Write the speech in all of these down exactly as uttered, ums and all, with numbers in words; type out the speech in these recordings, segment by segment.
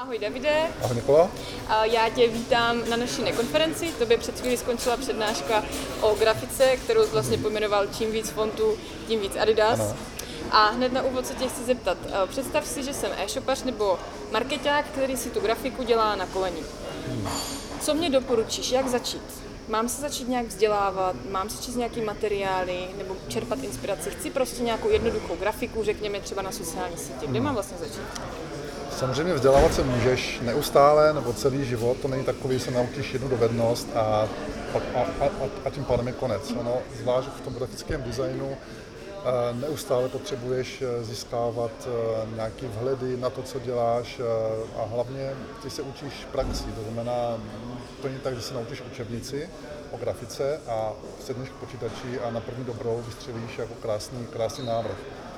Ahoj Davide. Ahoj Nikola. Já tě vítám na naší nekonferenci. Tobě před chvíli skončila přednáška o grafice, kterou jsi vlastně pojmenoval čím víc fontů, tím víc Adidas. Ano. A hned na úvod se tě chci zeptat. Představ si, že jsem e-shopař nebo markeťák, který si tu grafiku dělá na koleni. Hmm. Co mě doporučíš, jak začít? Mám se začít nějak vzdělávat, mám si číst nějaký materiály nebo čerpat inspiraci? Chci prostě nějakou jednoduchou grafiku, řekněme třeba na sociální sítě. Kde mám vlastně začít? Samozřejmě vzdělávat se můžeš neustále nebo celý život, to není takový, že se naučíš jednu dovednost a, a, a, a, a tím pádem je konec. Ono, zvlášť v tom grafickém designu neustále potřebuješ získávat nějaké vhledy na to, co děláš a hlavně ty se učíš praxí, to znamená, to není tak, že se naučíš učebnici o grafice a sedneš k počítači a na první dobrou vystřelíš jako krásný, krásný návrh.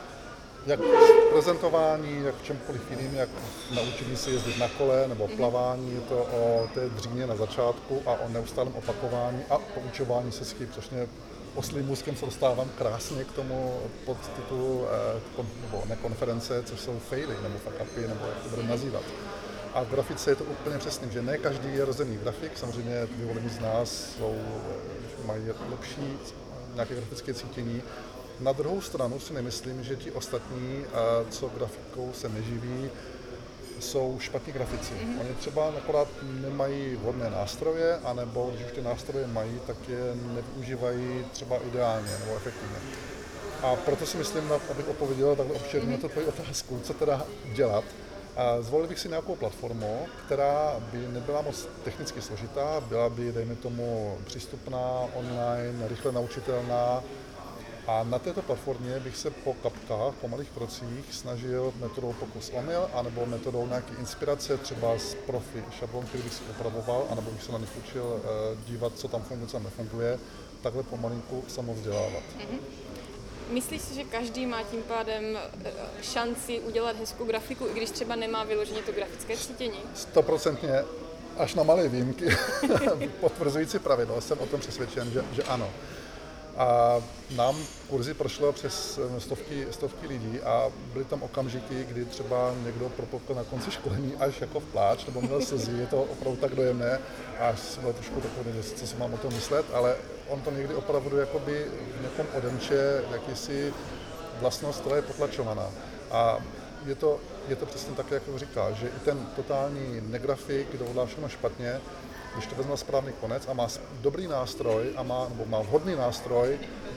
Jak v prezentování, jak v čemkoliv jiným, jak naučení se jezdit na kole nebo plavání, je to o té dříně na začátku a o neustálém opakování a poučování se s což mě oslým můstkem se dostávám krásně k tomu podtitulu eh, nebo ne konference, což jsou faily nebo fuck-upy, nebo jak to budeme nazývat. A v grafice je to úplně přesně, že ne každý je rozený grafik, samozřejmě vyvolení z nás jsou, mají lepší nějaké grafické cítění. Na druhou stranu si nemyslím, že ti ostatní, co grafikou se neživí, jsou špatní grafici. Mm-hmm. Oni třeba akorát nemají vhodné nástroje, anebo když už ty nástroje mají, tak je nevyužívají třeba ideálně nebo efektivně. A proto si myslím, abych odpověděl takhle obšírně mm-hmm. na tu tvoji otázku, co teda dělat. A zvolil bych si nějakou platformu, která by nebyla moc technicky složitá, byla by, dejme tomu, přístupná, online, rychle naučitelná. A na této platformě bych se po kapkách, po malých krocích snažil metodou pokus omyl, anebo metodou nějaké inspirace, třeba z profi šablon, který bych si upravoval, anebo bych se na ně učil dívat, co tam funguje, co tam nefunguje, takhle pomalinku samovzdělávat. Mm-hmm. Myslíš si, že každý má tím pádem šanci udělat hezkou grafiku, i když třeba nemá vyloženě to grafické cítění? Stoprocentně, až na malé výjimky, potvrzující pravidlo, jsem o tom přesvědčen, že, že ano. A nám kurzy prošlo přes stovky, stovky lidí a byly tam okamžiky, kdy třeba někdo propukl na konci školení až jako v pláč, nebo měl slzy, je to opravdu tak dojemné a až si byl trošku takový, co si mám o tom myslet, ale on to někdy opravdu jakoby v někom odemče jakýsi vlastnost, která je potlačovaná. A je to, je to přesně tak, jak říká, že i ten totální negrafik, kdo udělá všechno špatně, když to vezme na správný konec a má dobrý nástroj a má, nebo má vhodný nástroj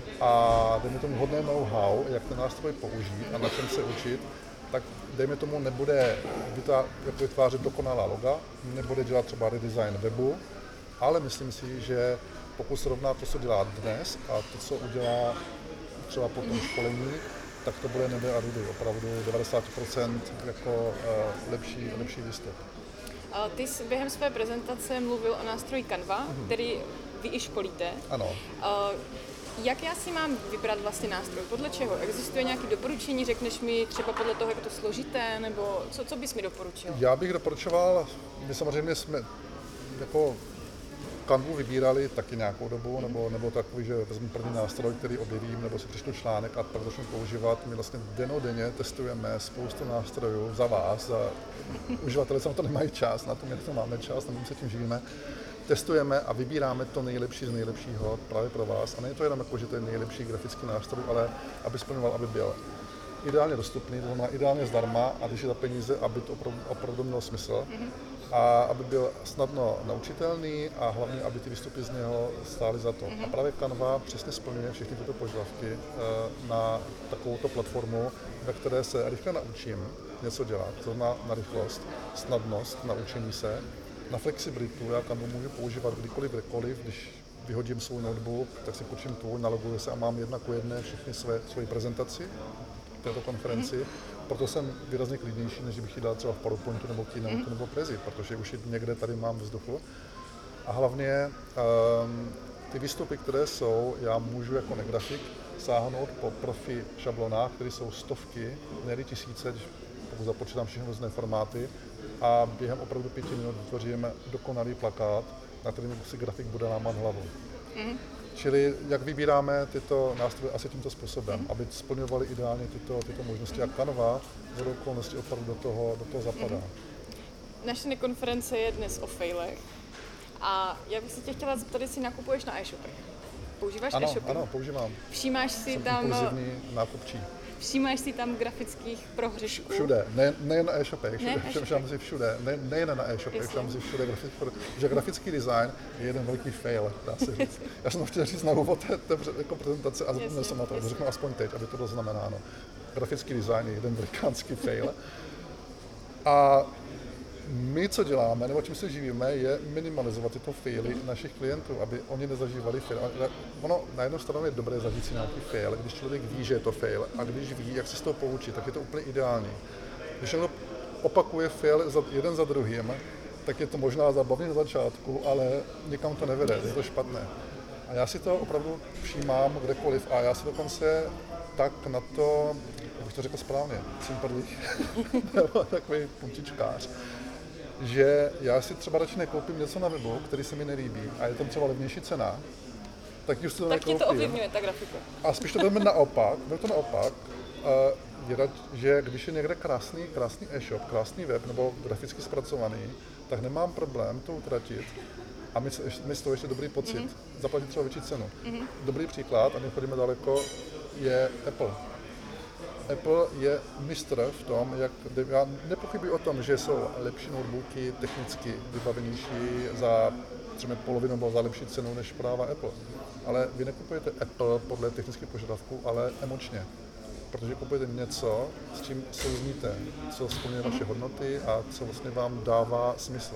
a dejme tomu vhodné know-how, jak ten nástroj použít a na čem se učit, tak dejme tomu nebude vytvářet dokonalá loga, nebude dělat třeba redesign webu, ale myslím si, že pokud srovná to, co dělá dnes a to, co udělá třeba po tom školení, tak to bude nebe a rudy, opravdu devadesát procent jako uh, lepší, lepší výstup. Ty jsi během své prezentace mluvil o nástroji Canva, mm-hmm. který vy i školíte. Ano. Jak já si mám vybrat vlastně nástroj? Podle čeho? Existuje nějaké doporučení? Řekneš mi třeba podle toho, jak je to složité? Nebo co, co bys mi doporučil? Já bych doporučoval, my samozřejmě jsme jako Canvu vybírali taky nějakou dobu, nebo, nebo takový, že vezmu první nástroj, který objevím, nebo si přečtu článek a pak začnu používat. My vlastně dennodenně testujeme spoustu nástrojů za vás, za uživatele, co na to nemají čas, na to my to máme čas, nebo se tím živíme. Testujeme a vybíráme to nejlepší z nejlepšího právě pro vás. A není to jenom jako, že to je nejlepší grafický nástroj, ale aby splňoval, aby byl ideálně dostupný, to znamená ideálně zdarma a když je za peníze, aby to opravdu, opravdu mělo smysl. Mm-hmm. A aby byl snadno naučitelný a hlavně, aby ty výstupy z něho stály za to. Mm-hmm. A právě Canva přesně splňuje všechny tyto požadavky na takovouto platformu, ve které se rychle naučím něco dělat, to znamená na rychlost, snadnost naučení se, na flexibilitu. Já Canvu můžu používat kdykoliv, kdekoliv, když vyhodím svůj notebook, tak si počím tvůj, naloguju se a mám jedna ku jedné všechny své, svoji prezentaci této konferenci. Mm-hmm. Proto jsem výrazně klidnější, než bych ji dal třeba v PowerPointu nebo Keynote mm. nebo Prezi, protože už někde tady mám vzduchu. A hlavně um, ty výstupy, které jsou, já můžu jako negrafik sáhnout po profi šablonách, které jsou stovky, ne tisíce, když pokud započítám všechny různé formáty a během opravdu pěti minut vytvoříme dokonalý plakát, na kterým si grafik bude lámat hlavu. Mm. Čili jak vybíráme tyto nástroje asi tímto způsobem, mm. aby splňovaly ideálně tyto, tyto možnosti a Canva v okolnosti opravdu do toho, do toho zapadá. naše nekonference je dnes o failech a já bych se tě chtěla zeptat, jestli nakupuješ na e-shopech. Používáš ano, e-shopy? Ano, používám. Všímáš si Jsem tam... impulzivní nákupčí. Všímáš si tam grafických prohřešků? Všude, ne, nejen na e-shopech, všude, ne, všude, všude si všude, ne, nejen na e-shopech, všude si všude, grafický, že grafický design je jeden velký fail, dá se říct. Já jsem to chtěl říct na úvod té, té jako prezentace a zapomněl jsem na to, řeknu aspoň teď, aby to bylo znamenáno. Grafický design je jeden velikánský fail. A my, co děláme, nebo čím se živíme, je minimalizovat tyto faily našich klientů, aby oni nezažívali fail. Ono na jednu stranu je dobré zažít si nějaký fail, když člověk ví, že je to fail, a když ví, jak se z toho poučit, tak je to úplně ideální. Když někdo opakuje fail za, jeden za druhým, tak je to možná zabavné na začátku, ale nikam to nevede, je to špatné. A já si to opravdu všímám kdekoliv a já si dokonce tak na to, jak bych to řekl správně, cimprlík, nebo takový puntičkář, že já si třeba radši nekoupím něco na webu, který se mi nelíbí a je tam třeba levnější cena, tak už to tak nekoupím. ti to ovlivňuje, ta grafika. A spíš to jdeme naopak, jdeme to naopak, je rad, že když je někde krásný, krásný e-shop, krásný web nebo graficky zpracovaný, tak nemám problém to utratit a my, my z toho ještě dobrý pocit, mm-hmm. zaplatit třeba větší cenu. Mm-hmm. Dobrý příklad, a nechodíme daleko, je Apple. Apple je mistr v tom, jak, já nepochybuji o tom, že jsou lepší notebooky, technicky vybavenější za třeba polovinu nebo za lepší cenu než právě Apple. Ale vy nekupujete Apple podle technických požadavků, ale emočně. Protože kupujete něco, s čím souzníte, co splňuje vaše hodnoty a co vlastně vám dává smysl.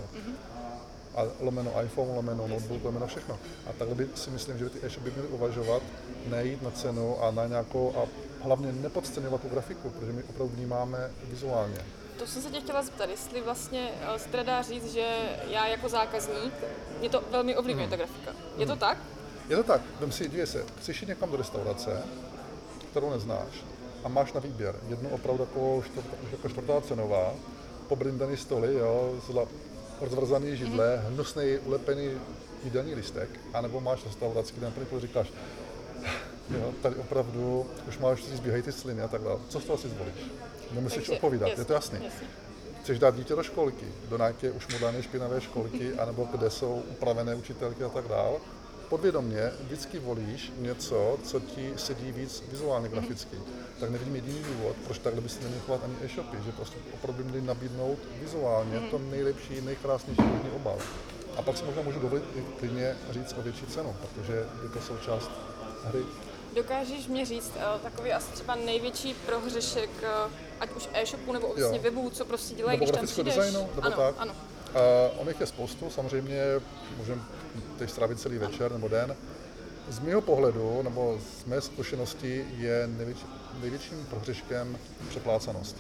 A lomeno iPhone, lomeno notebook, lomeno všechno. A takhle by si myslím, že by ty e-shopy měly uvažovat, nejít na cenu a na nějakou, a hlavně nepodceňovat tu grafiku, protože my opravdu vnímáme vizuálně. To jsem se tě chtěla zeptat, jestli vlastně se teda dá říct, že já jako zákazník, mě to velmi ovlivňuje hmm. ta grafika. Je to tak? Je to tak. Vem si, dívej se, chceš jít někam do restaurace, kterou neznáš, a máš na výběr jednu opravdu takovou čtvrtá, jako čtvrtá cenová, pobrindaný stoly, jo, rozvrzaný židle, mm-hmm. hnusný ulepený jídelní listek, anebo máš restauraci, kde například říkáš, jo, tady opravdu už máš si zbíhají ty sliny a tak dále. Co z toho si zvolíš? Nemusíš Takže, odpovídat, jasný, je to jasný. jasný. Chceš dát dítě do školky, do nějaké už moderní špinavé školky, anebo kde jsou upravené učitelky a tak dále. Podvědomě vždycky volíš něco, co ti sedí víc vizuálně, graficky. Mm-hmm. Tak nevidím jediný důvod, proč takhle by se neměli chovat ani e-shopy, že prostě opravdu by měli nabídnout vizuálně mm-hmm. to nejlepší, nejkrásnější možný obal. A pak si možná můžu dovolit i klidně říct o větší cenu, protože je to součást hry. Dokážeš mě říct uh, takový asi třeba největší prohřešek, uh, ať už e-shopu nebo obecně webů, co prostě dělají, když tam přijdeš? Designu, nebo ano, tak? Ano. Uh, on jich je spoustu, samozřejmě můžeme teď strávit celý večer nebo den. Z mého pohledu, nebo z mé zkušenosti, je největší, největším prohřeškem přeplácanost.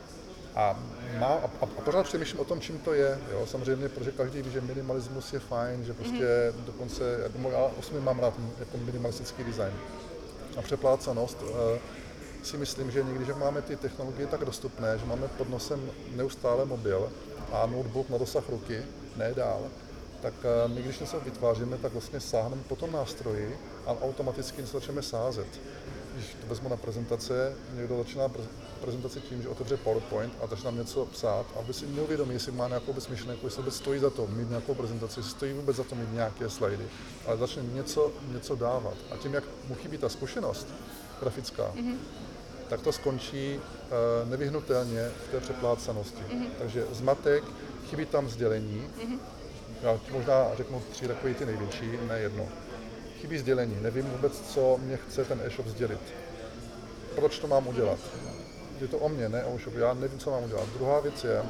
A, má, a, a pořád přemýšlím o tom, čím to je. Jo? Samozřejmě, protože každý ví, že minimalismus je fajn, že prostě mm-hmm. dokonce, jako já osmi mám rád jako minimalistický design. A přeplácanost uh, si myslím, že někdy, že máme ty technologie tak dostupné, že máme pod nosem neustále mobil a notebook na dosah ruky, ne dál, tak uh, my, když něco vytváříme, tak vlastně sáhneme po tom nástroji a automaticky něco začneme sázet. Když to vezmu na prezentace, někdo začíná prezentaci tím, že otevře PowerPoint a začne nám něco psát a vůbec si neuvědomí, jestli má nějakou myšlenku, jestli vůbec stojí za to mít nějakou prezentaci, jestli stojí vůbec za to mít nějaké slajdy, ale začne něco, něco dávat. A tím, jak mu chybí ta zkušenost grafická, mm-hmm. tak to skončí uh, nevyhnutelně v té přeplácanosti. Mm-hmm. Takže zmatek, chybí tam sdělení, mm-hmm. já možná řeknu tři takové ty největší, ne jedno. Chybí sdělení, nevím vůbec, co mě chce ten e-shop sdělit. Proč to mám udělat? Je to o mně, ne o e-shop, já nevím, co mám udělat. Druhá věc je,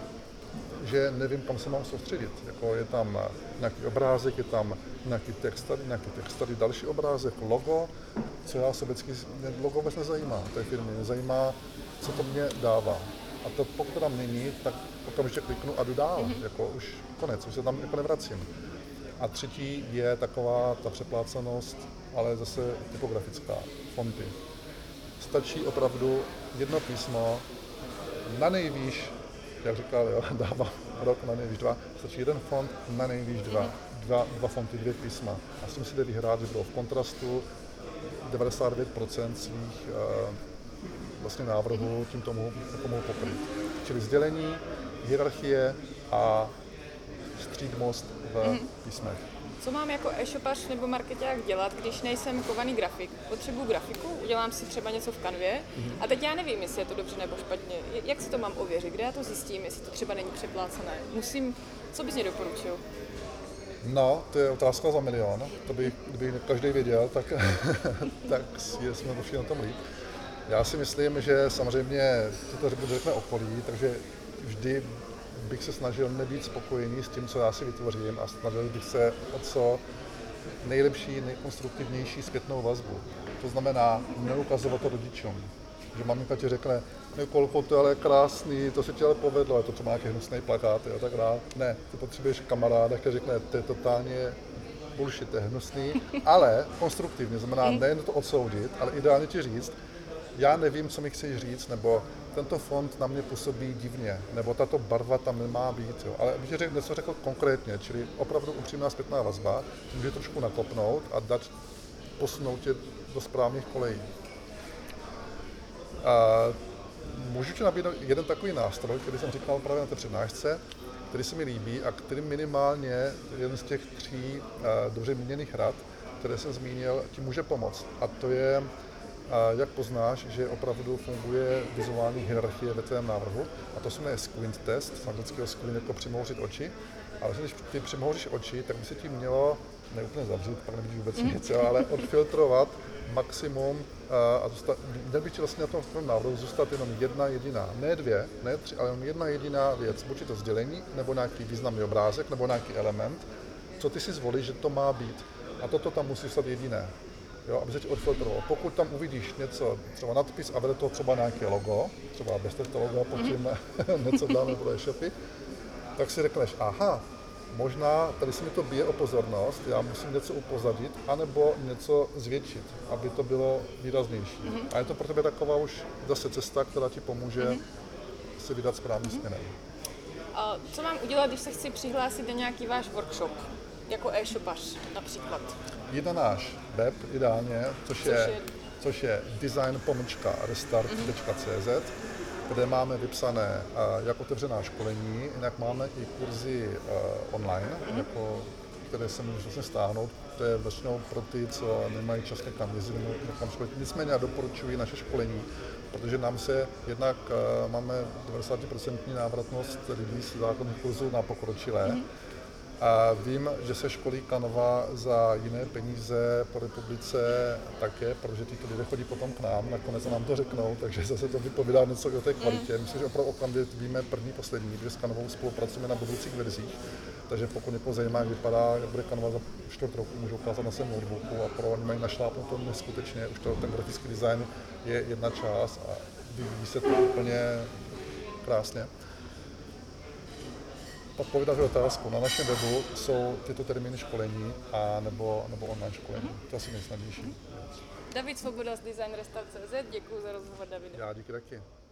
že nevím, kam se mám soustředit. Jako je tam nějaký obrázek, je tam nějaký text tady, nějaký text tady, další obrázek, logo, co já se vždycky, logo vůbec nezajímá té firmy, nezajímá, co to mě dává. A to pokud tam není, tak okamžitě kliknu a jdu dál, mm-hmm. jako už konec, už se tam jako nevracím. A třetí je taková ta přeplácanost, ale zase typografická, fonty. Stačí opravdu jedno písmo, na nejvýš, jak říkal, jo, dávám rok na nejvýš dva, stačí jeden font, na nejvýš dva, dva, dva fonty, dvě písma. A s tím si jde vyhrát, že bylo v kontrastu devadesát devět procent svých uh, vlastně návrhů tím tomu, tomu pokryt. Čili sdělení, hierarchie, a střídmost v mm-hmm. písmech. Co mám jako e-shopař nebo marketák dělat, když nejsem kovaný grafik? Potřebuju grafiku, udělám si třeba něco v Canvě mm-hmm. a teď já nevím, jestli je to dobře nebo špatně. Jak si to mám ověřit? Kde já to zjistím, jestli to třeba není přeplácené? Musím, co bys mě doporučil? No, to je otázka za milion. To by, kdyby každý věděl, tak, tak jsme došli na tom líp. Já si myslím, že samozřejmě to řekne okolí, takže vždy bych se snažil nebýt spokojený s tím, co já si vytvořím a snažil bych se o co nejlepší, nejkonstruktivnější zpětnou vazbu. To znamená neukazovat to rodičům. Že maminka ti řekne, Nikolko, to je ale krásný, to se ti ale povedlo, je to třeba nějaký hnusný plakát a tak dále. Ne, ty potřebuješ kamaráda, který řekne, to je totálně bullshit, to je hnusný, ale konstruktivně, znamená nejen to odsoudit, ale ideálně ti říct, já nevím, co mi chceš říct, nebo tento fond na mě působí divně, nebo tato barva tam nemá být, jo. Ale bych řekl, něco řekl konkrétně, čili opravdu upřímná zpětná vazba, může trošku nakopnout a dát, posunout tě do správných kolejí. A můžu ti nabídnout jeden takový nástroj, který jsem říkal právě na té přednášce, který se mi líbí a který minimálně jeden z těch tří uh, dobře míněných rad, které jsem zmínil, ti může pomoct. A to je, uh, jak poznáš, že opravdu funguje vizuální hierarchie ve tvém návrhu. A to se jmenuje squint test, z anglického squint jako přimhouřit oči. Ale když ty přimhouříš oči, tak by se ti mělo ne úplně zavřít, pak nevidíš vůbec nic, jo, ale odfiltrovat maximum a zůstat, měl bych ti vlastně na tom, tom návrhu zůstat jenom jedna jediná, ne dvě, ne tři, ale jenom jedna jediná věc, buď je to sdělení, nebo nějaký významný obrázek, nebo nějaký element, co ty si zvolíš, že to má být. A toto tam musí zůstat jediné, jo, aby se ti odfiltrovalo. Pokud tam uvidíš něco, třeba nadpis a vede to třeba nějaké logo, třeba bez toho logo, počím něco dáme pro e-shopy, tak si řekneš, aha, možná tady se mi to bije o pozornost, já musím něco upozadit, anebo něco zvětšit, aby to bylo výraznější. Mm-hmm. A je to pro tebe taková už zase cesta, která ti pomůže mm-hmm. se vydat správným mm-hmm. směrem. A co mám udělat, když se chci přihlásit na nějaký váš workshop, jako e-shopař například? Jít na náš web ideálně, což, což, je, je... což je design pomlčka restart tečka cé zet, kde máme vypsané uh, jak otevřená školení, jinak máme i kurzy uh, online, mm-hmm. jako, které se můžou vlastně stáhnout. To je většinou pro ty, co nemají čas někam jezdit, někam školit. Nicméně já doporučuji naše školení, protože nám se jednak uh, máme devadesát procent návratnost lidí z základních kurzů na pokročilé. Mm-hmm. A vím, že se školí Canva za jiné peníze po republice také, protože tyto lidé chodí potom k nám, nakonec nám to řeknou, takže zase to vypovídá něco o té kvalitě. Myslím, že opravdu o Canvě víme první, poslední, protože s Canvou spolupracujeme na budoucích verzích, takže pokud někoho zajímá, jak vypadá, jak bude Canva za čtvrt roku, můžu ukázat na svém notebooku a pro oni mají našlápnuto neskutečně, už to, ten grafický design je jedna část a vyvíjí se to úplně krásně. Odpovídat otázku. Na našem webu jsou tyto termíny školení a nebo, nebo online školení. Mm-hmm. To asi nejsnadnější. David Svoboda z design restart tečka cé zet, děkuji za rozhovor, Davide. Já díky taky.